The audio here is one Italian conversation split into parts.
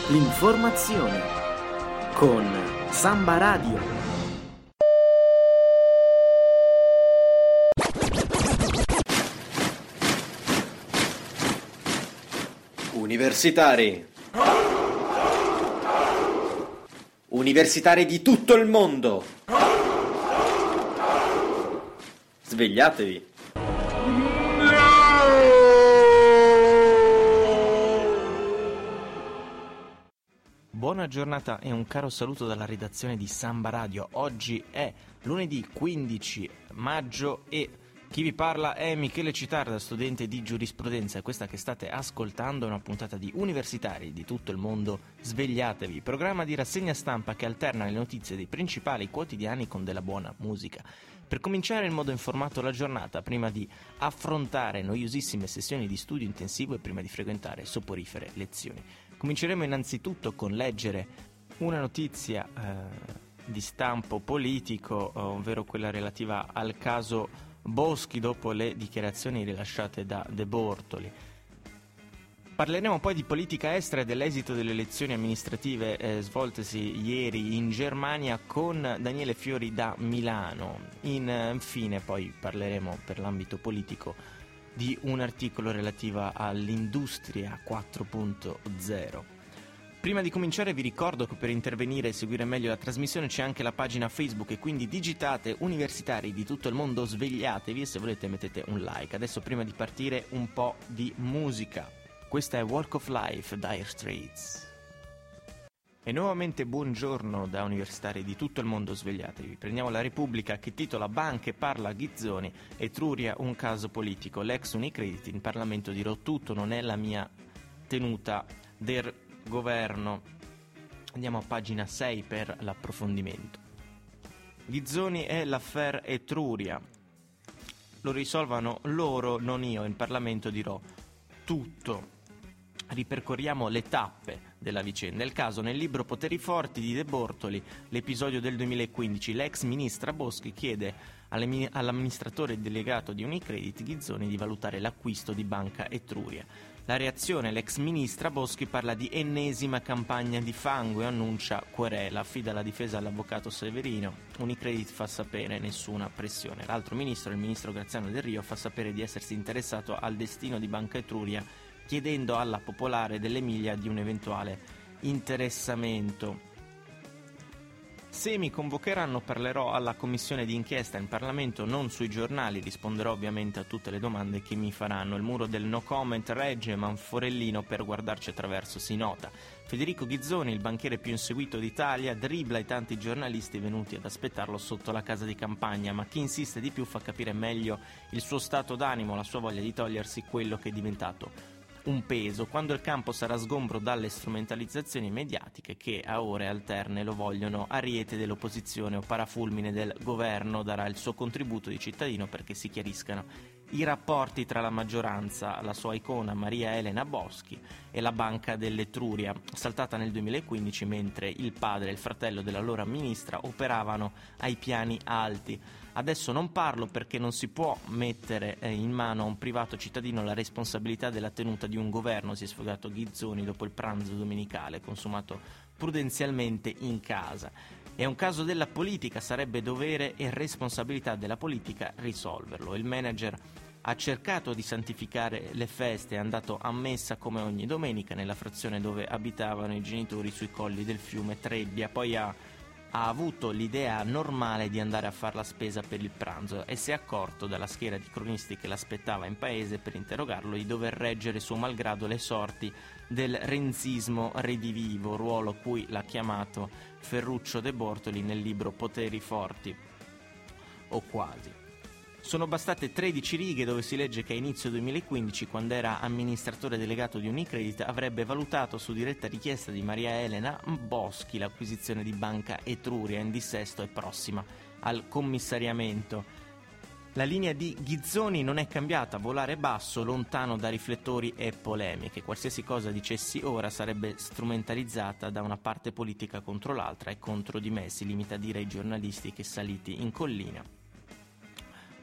l'informazione con Samba Radio. Universitari. Universitari di tutto il mondo. Svegliatevi. Buona giornata e un caro saluto dalla redazione di Samba Radio. Oggi è lunedì 15 maggio e chi vi parla è Michele Citarda, studente di giurisprudenza, e questa che state ascoltando è una puntata di Universitari di tutto il mondo. Svegliatevi, programma di rassegna stampa che alterna le notizie dei principali quotidiani con della buona musica. Per cominciare in modo informato la giornata, prima di affrontare noiosissime sessioni di studio intensivo e prima di frequentare soporifere lezioni. Cominceremo innanzitutto con leggere una notizia di stampo politico, ovvero quella relativa al caso Boschi dopo le dichiarazioni rilasciate da De Bortoli. Parleremo poi di politica estera e dell'esito delle elezioni amministrative svoltesi ieri in Germania con Daniele Fiori da Milano. Infine poi parleremo per l'ambito politico di un articolo relativo all'industria 4.0. Prima di cominciare vi ricordo che per intervenire e seguire meglio la trasmissione c'è anche la pagina Facebook e quindi digitate Universitari di tutto il mondo, svegliatevi e se volete mettete un like. Adesso prima di partire un po' di musica. Questa è Walk of Life, Dire Straits. E nuovamente buongiorno da Universitari di tutto il mondo, svegliatevi. Prendiamo la Repubblica che titola Banche parla a Ghizzoni, Etruria un caso politico. L'ex Unicredit in Parlamento dirò tutto, non è la mia tenuta del governo. Andiamo a pagina 6 per l'approfondimento. Ghizzoni e l'affaire Etruria. Lo risolvano loro, non io. In Parlamento dirò tutto. Ripercorriamo le tappe della vicenda. Il caso nel libro Poteri forti di De Bortoli, l'episodio del 2015. L'ex ministra Boschi chiede all'amministratore delegato di Unicredit Ghizzoni di valutare l'acquisto di Banca Etruria. La reazione: l'ex ministra Boschi parla di ennesima campagna di fango e annuncia querela, affida la difesa all'avvocato Severino. Unicredit fa sapere nessuna pressione. L'altro ministro, il ministro Graziano Del Rio, fa sapere di essersi interessato al destino di Banca Etruria, chiedendo alla Popolare dell'Emilia di un eventuale interessamento. Se mi convocheranno parlerò alla commissione di inchiesta in Parlamento, non sui giornali, risponderò ovviamente a tutte le domande che mi faranno. Il muro del no comment regge, Manforellino per guardarci attraverso si nota. Federico Ghizzoni, il banchiere più inseguito d'Italia, dribbla i tanti giornalisti venuti ad aspettarlo sotto la casa di campagna, ma chi insiste di più fa capire meglio il suo stato d'animo, la sua voglia di togliersi quello che è diventato un peso, quando il campo sarà sgombro dalle strumentalizzazioni mediatiche che a ore alterne lo vogliono ariete dell'opposizione o parafulmine del governo, darà il suo contributo di cittadino perché si chiariscano i rapporti tra la maggioranza, la sua icona Maria Elena Boschi e la Banca dell'Etruria, saltata nel 2015 mentre il padre e il fratello dell'allora ministra operavano ai piani alti. Adesso non parlo perché non si può mettere in mano a un privato cittadino la responsabilità della tenuta di un governo, si è sfogato Ghizzoni dopo il pranzo domenicale consumato prudenzialmente in casa. È un caso della politica, sarebbe dovere e responsabilità della politica risolverlo. Il manager ha cercato di santificare le feste, è andato a messa come ogni domenica nella frazione dove abitavano i genitori sui colli del fiume Trebbia, poi ha avuto l'idea normale di andare a fare la spesa per il pranzo e si è accorto dalla schiera di cronisti che l'aspettava in paese per interrogarlo di dover reggere suo malgrado le sorti del renzismo redivivo, ruolo cui l'ha chiamato Ferruccio De Bortoli nel libro Poteri forti, o quasi. Sono bastate 13 righe dove si legge che a inizio 2015, quando era amministratore delegato di Unicredit, avrebbe valutato su diretta richiesta di Maria Elena Boschi l'acquisizione di Banca Etruria in dissesto e prossima al commissariamento. La linea di Ghizzoni non è cambiata, volare basso, lontano da riflettori e polemiche. Qualsiasi cosa dicessi ora sarebbe strumentalizzata da una parte politica contro l'altra e contro di me, si limita a dire ai giornalisti che saliti in collina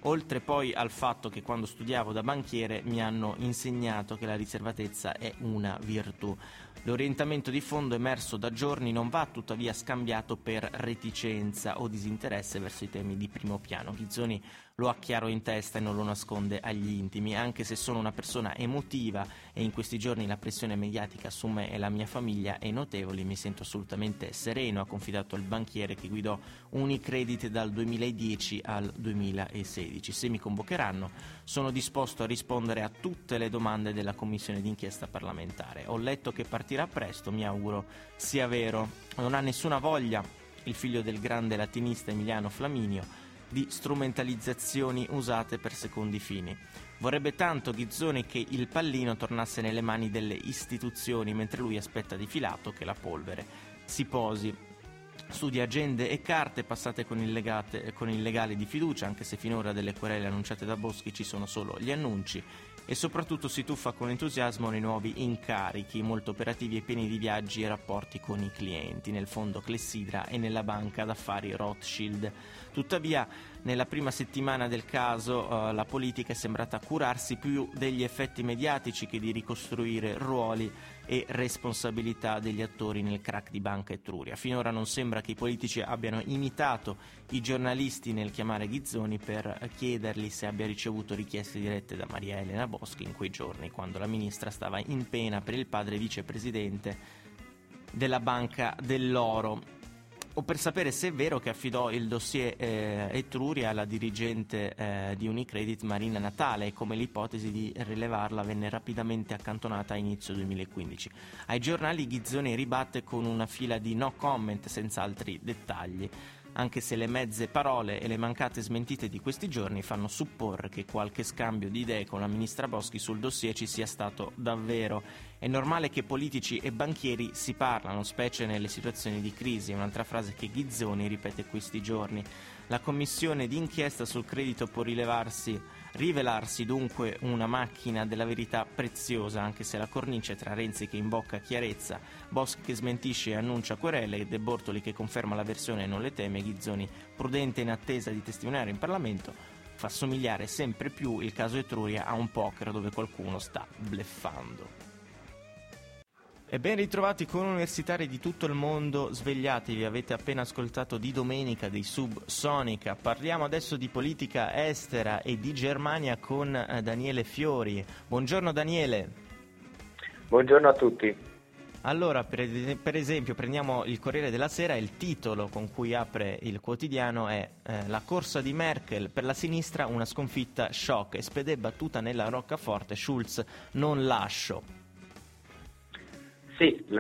oltre poi al fatto che quando studiavo da banchiere mi hanno insegnato che la riservatezza è una virtù. L'orientamento di fondo emerso da giorni non va tuttavia scambiato per reticenza o disinteresse verso i temi di primo piano. Ghizzoni lo ha chiaro in testa e non lo nasconde agli intimi. Anche se sono una persona emotiva e in questi giorni la pressione mediatica su me e la mia famiglia è notevole, mi sento assolutamente sereno, ha confidato il banchiere che guidò Unicredit dal 2010 al 2016. Se mi convocheranno sono disposto a rispondere a tutte le domande della commissione d'inchiesta parlamentare. Ho letto che partirà presto, mi auguro sia vero. Non ha nessuna voglia il figlio del grande latinista Emiliano Flaminio di strumentalizzazioni usate per secondi fini. Vorrebbe tanto Ghizzoni che il pallino tornasse nelle mani delle istituzioni, mentre lui aspetta di filato che la polvere si posi. Studia agende e carte passate con il legale di fiducia, anche se finora delle querele annunciate da Boschi ci sono solo gli annunci, e soprattutto si tuffa con entusiasmo nei nuovi incarichi, molto operativi e pieni di viaggi e rapporti con i clienti, nel fondo Clessidra e nella banca d'affari Rothschild. Tuttavia, nella prima settimana del caso, la politica è sembrata curarsi più degli effetti mediatici che di ricostruire ruoli e responsabilità degli attori nel crack di Banca Etruria. Finora non sembra che i politici abbiano imitato i giornalisti nel chiamare Ghizzoni per chiedergli se abbia ricevuto richieste dirette da Maria Elena Boschi in quei giorni, quando la ministra stava in pena per il padre vicepresidente della Banca dell'Oro, o per sapere se è vero che affidò il dossier Etruria alla dirigente di Unicredit Marina Natale e come l'ipotesi di rilevarla venne rapidamente accantonata a inizio 2015. Ai giornali Ghizzoni ribatte con una fila di no comment senza altri dettagli, anche se le mezze parole e le mancate smentite di questi giorni fanno supporre che qualche scambio di idee con la ministra Boschi sul dossier ci sia stato davvero. È normale che politici e banchieri si parlano, specie nelle situazioni di crisi, è un'altra frase che Ghizzoni ripete questi giorni. La commissione d'inchiesta sul credito può rivelarsi dunque una macchina della verità preziosa, anche se la cornice tra Renzi che imbocca chiarezza, Boschi che smentisce e annuncia querele e De Bortoli che conferma la versione e non le teme, Ghizzoni prudente in attesa di testimoniare in Parlamento, fa somigliare sempre più il caso Etruria a un poker dove qualcuno sta bluffando. E ben ritrovati con universitari di tutto il mondo, svegliatevi, avete appena ascoltato Di Domenica dei Subsonica. Parliamo adesso di politica estera e di Germania con Daniele Fiori. Buongiorno Daniele. Buongiorno a tutti. Allora, per esempio, prendiamo il Corriere della Sera, il titolo con cui apre il quotidiano è la corsa di Merkel per la sinistra, una sconfitta shock, SPD battuta nella roccaforte, Schulz non lascio. Sì,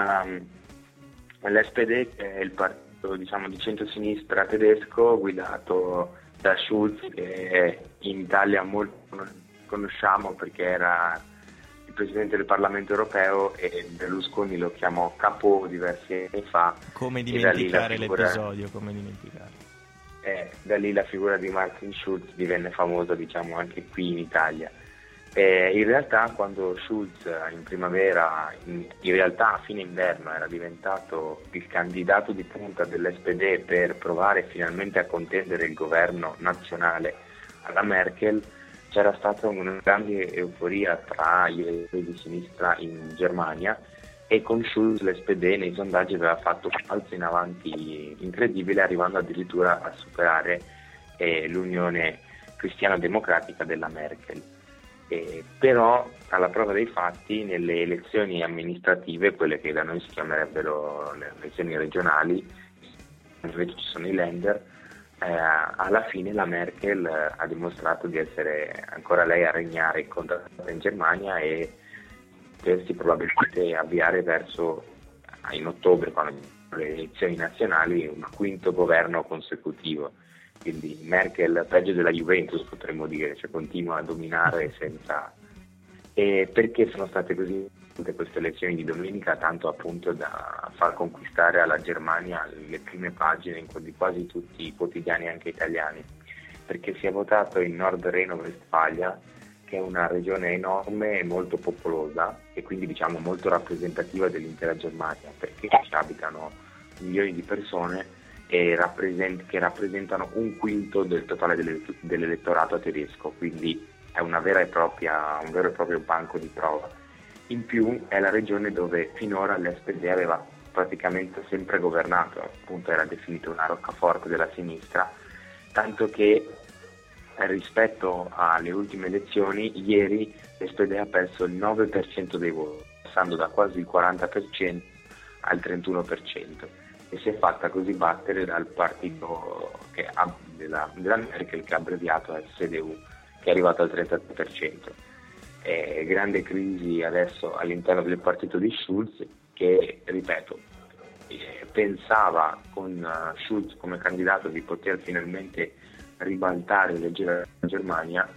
l'SPD è il partito di centrosinistra tedesco guidato da Schulz, che in Italia molto conosciamo perché era il presidente del Parlamento europeo e Berlusconi lo chiamò Capò diversi anni fa. Come dimenticare l'episodio, come dimenticare. Da lì la figura di Martin Schulz divenne famosa anche qui in Italia. In realtà quando Schulz in primavera, in realtà a fine inverno, era diventato il candidato di punta dell'SPD per provare finalmente a contendere il governo nazionale alla Merkel, c'era stata una grande euforia tra gli elettori di sinistra in Germania e con Schulz l'SPD nei sondaggi aveva fatto un balzo in avanti incredibile, arrivando addirittura a superare l'Unione Cristiano-Democratica della Merkel. Però alla prova dei fatti nelle elezioni amministrative, quelle che da noi si chiamerebbero le elezioni regionali, invece ci sono i Länder, alla fine la Merkel ha dimostrato di essere ancora lei a regnare incontrata in Germania e potersi probabilmente avviare verso, in ottobre, quando le elezioni nazionali, un quinto governo consecutivo. Quindi Merkel peggio della Juventus, potremmo dire, continua a dominare senza... E perché sono state così queste elezioni di domenica, tanto appunto da far conquistare alla Germania le prime pagine di quasi tutti i quotidiani anche italiani, perché si è votato in Nord Reno-Vestfalia, che è una regione enorme e molto popolosa e quindi molto rappresentativa dell'intera Germania, perché ci abitano milioni di persone che rappresentano un quinto del totale dell'elettorato tedesco, quindi è un vero e proprio banco di prova. In più è la regione dove finora l'SPD aveva praticamente sempre governato, appunto era definito una roccaforte della sinistra, tanto che rispetto alle ultime elezioni ieri l'SPD ha perso il 9% dei voti, passando da quasi il 40% al 31%, e si è fatta così battere dal partito della Merkel, che ha abbreviato SDU, che è arrivato al 33%. Grande crisi adesso all'interno del partito di Schulz, che, ripeto, pensava con Schulz come candidato di poter finalmente ribaltare e leggere la Germania,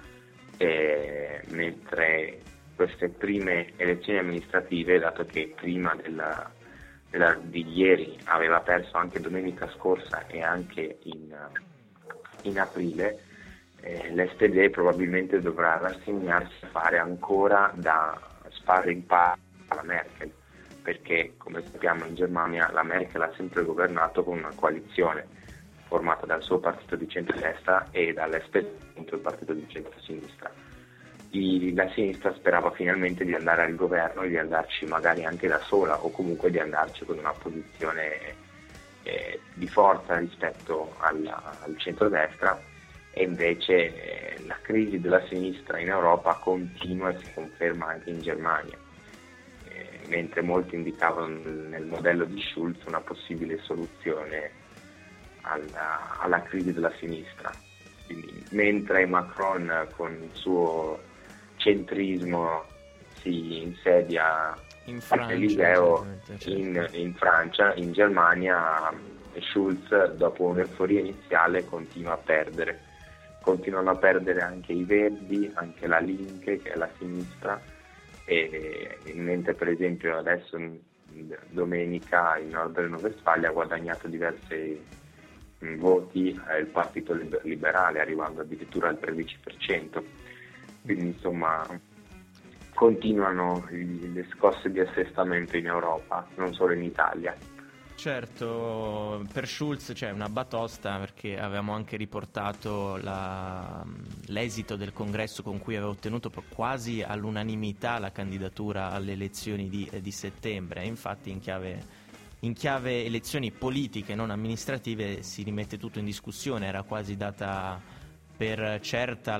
mentre queste prime elezioni amministrative, dato che prima di ieri aveva perso anche domenica scorsa e anche in aprile, l'SPD probabilmente dovrà rassegnarsi a fare ancora da sparring partner alla Merkel, perché come sappiamo in Germania la Merkel ha sempre governato con una coalizione formata dal suo partito di centrodestra e dall'SPD, il partito di centrosinistra. La sinistra sperava finalmente di andare al governo e di andarci magari anche da sola, o comunque di andarci con una posizione di forza rispetto al centrodestra, e invece la crisi della sinistra in Europa continua e si conferma anche in Germania, mentre molti indicavano nel modello di Schulz una possibile soluzione alla crisi della sinistra. Quindi, mentre Macron con il suo centrismo si insedia all'Eliseo in Francia, in Germania Schulz, dopo un'euforia iniziale, continua a perdere. Continuano a perdere anche i Verdi, anche la Linke, che è la sinistra, e mentre per esempio adesso domenica in Nord-Reno-Westfalia ha guadagnato diversi voti il partito liberale, arrivando addirittura al 13%. Quindi insomma continuano le scosse di assestamento in Europa, non solo in Italia. Certo, per Schulz c'è una batosta, perché avevamo anche riportato l'esito del congresso con cui aveva ottenuto quasi all'unanimità la candidatura alle elezioni di settembre. Infatti in chiave elezioni politiche, non amministrative, si rimette tutto in discussione. Era quasi data per certa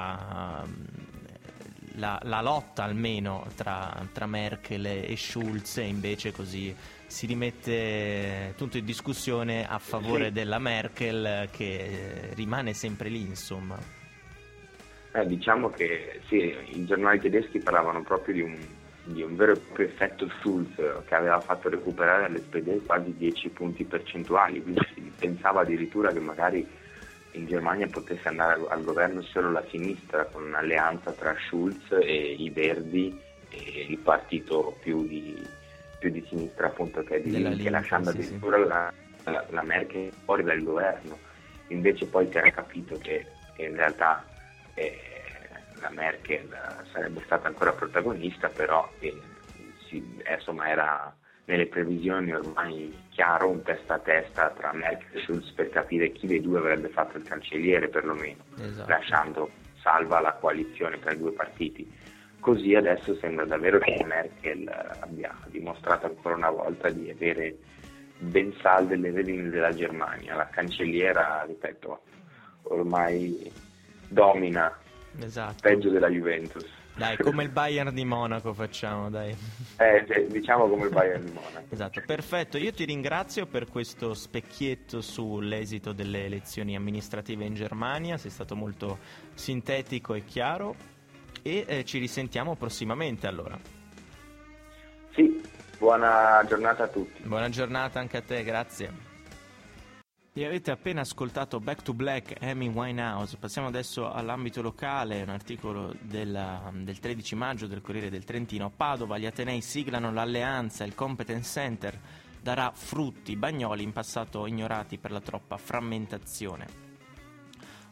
la lotta almeno tra Merkel e Schulz, e invece così si rimette tutto in discussione a favore della Merkel, che rimane sempre lì, insomma. Diciamo che sì, i giornali tedeschi parlavano proprio di un vero e proprio effetto Schulz, che aveva fatto recuperare all'SPD quasi 10 punti percentuali, quindi si pensava addirittura che magari in Germania potesse andare al governo solo la sinistra, con un'alleanza tra Schulz e i Verdi e il partito più di sinistra, appunto, che è di Linke, lasciando addirittura la Merkel fuori dal governo. Invece poi si era capito che in realtà la Merkel sarebbe stata ancora protagonista, però insomma era nelle previsioni ormai chiaro un testa a testa tra Merkel e Schulz per capire chi dei due avrebbe fatto il cancelliere, perlomeno, esatto, lasciando salva la coalizione tra i due partiti. Così adesso sembra davvero che Merkel abbia dimostrato ancora una volta di avere ben salde le redini della Germania. La cancelliera, ripeto, ormai domina, esatto, peggio della Juventus. Dai, come il Bayern di Monaco facciamo, dai. Diciamo come il Bayern di Monaco. Esatto, perfetto. Io ti ringrazio per questo specchietto sull'esito delle elezioni amministrative in Germania. Sei stato molto sintetico e chiaro, e ci risentiamo prossimamente allora. Sì, buona giornata a tutti. Buona giornata anche a te, grazie. E avete appena ascoltato Back to Black, Amy Winehouse. Passiamo adesso all'ambito locale, un articolo del 13 maggio del Corriere del Trentino. A Padova gli atenei siglano l'alleanza, il Competence Center darà frutti, Bagnoli in passato ignorati per la troppa frammentazione.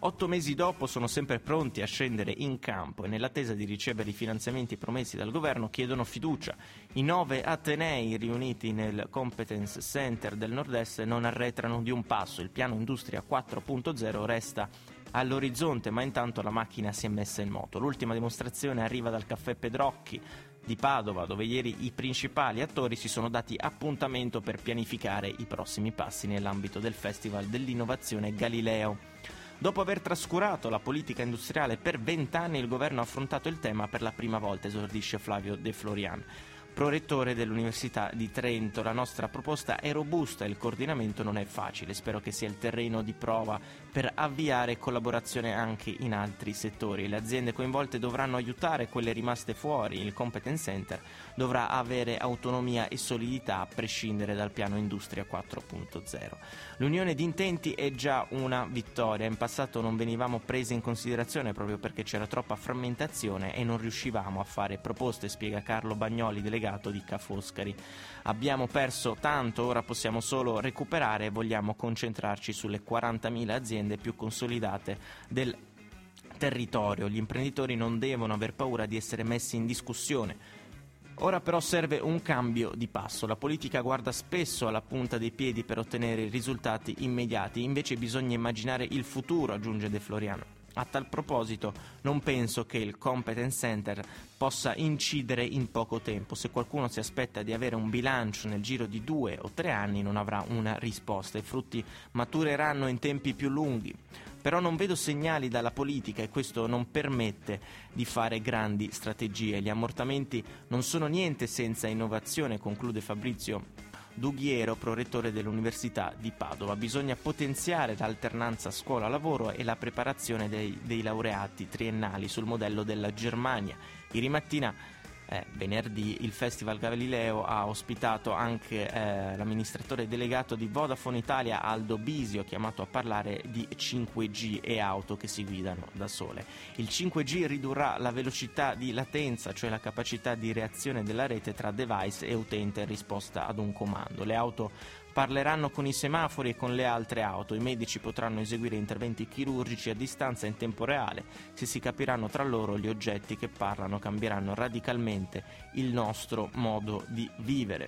8 mesi dopo sono sempre pronti a scendere in campo e nell'attesa di ricevere i finanziamenti promessi dal governo chiedono fiducia. I 9 atenei riuniti nel Competence Center del Nord-Est non arretrano di un passo. Il piano Industria 4.0 resta all'orizzonte, ma intanto la macchina si è messa in moto. L'ultima dimostrazione arriva dal Caffè Pedrocchi di Padova, dove ieri i principali attori si sono dati appuntamento per pianificare i prossimi passi nell'ambito del Festival dell'Innovazione Galileo. Dopo aver trascurato la politica industriale per 20 anni, il governo ha affrontato il tema per la prima volta, esordisce Flavio De Florian, prorettore dell'Università di Trento. La nostra proposta è robusta e il coordinamento non è facile. Spero che sia il terreno di prova per avviare collaborazione anche in altri settori. Le aziende coinvolte dovranno aiutare quelle rimaste fuori. Il Competence Center dovrà avere autonomia e solidità a prescindere dal piano Industria 4.0. L'unione di intenti è già una vittoria. In passato non venivamo presi in considerazione proprio perché c'era troppa frammentazione e non riuscivamo a fare proposte, spiega Carlo Bagnoli, delegato di Ca' Foscari. Abbiamo perso tanto, ora possiamo solo recuperare e vogliamo concentrarci sulle 40.000 aziende più consolidate del territorio. Gli imprenditori non devono aver paura di essere messi in discussione. Ora però serve un cambio di passo. La politica guarda spesso alla punta dei piedi per ottenere risultati immediati, invece bisogna immaginare il futuro, aggiunge De Florian. A tal proposito non penso che il Competence Center possa incidere in poco tempo. Se qualcuno si aspetta di avere un bilancio nel giro di 2 o 3 anni non avrà una risposta. I frutti matureranno in tempi più lunghi. Però non vedo segnali dalla politica e questo non permette di fare grandi strategie. Gli ammortamenti non sono niente senza innovazione, conclude Fabrizio Dughiero, prorettore dell'Università di Padova. Bisogna potenziare l'alternanza scuola-lavoro e la preparazione dei laureati triennali sul modello della Germania. Ieri mattina, venerdì, il Festival Galileo ha ospitato anche l'amministratore delegato di Vodafone Italia, Aldo Bisio, chiamato a parlare di 5G e auto che si guidano da sole. Il 5G ridurrà la velocità di latenza, cioè la capacità di reazione della rete tra device e utente in risposta ad un comando. Le auto parleranno con i semafori e con le altre auto. I medici potranno eseguire interventi chirurgici a distanza in tempo reale. Se si capiranno tra loro, gli oggetti che parlano cambieranno radicalmente il nostro modo di vivere.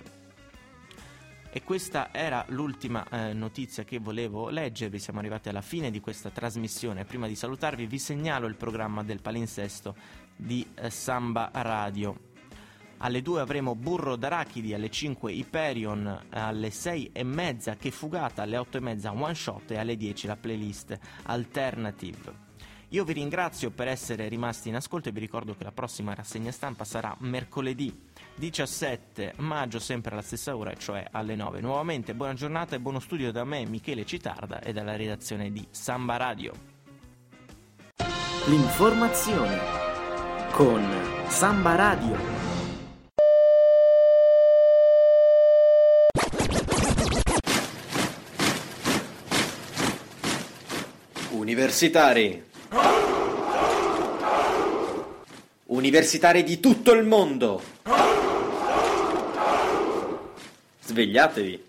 E questa era l'ultima notizia che volevo leggervi. Siamo arrivati alla fine di questa trasmissione. Prima di salutarvi vi segnalo il programma del palinsesto di Samba Radio. Alle 2 avremo Burro d'Arachidi, alle 5 Hyperion, alle 6:30 Che Fugata, alle 8:30 One Shot e alle 10 la playlist Alternative. Io vi ringrazio per essere rimasti in ascolto e vi ricordo che la prossima rassegna stampa sarà mercoledì 17 maggio, sempre alla stessa ora, cioè alle 9. Nuovamente buona giornata e buono studio da me, Michele Citarda, e dalla redazione di Samba Radio. L'informazione con Samba Radio. Universitari. Universitari di tutto il mondo. Svegliatevi.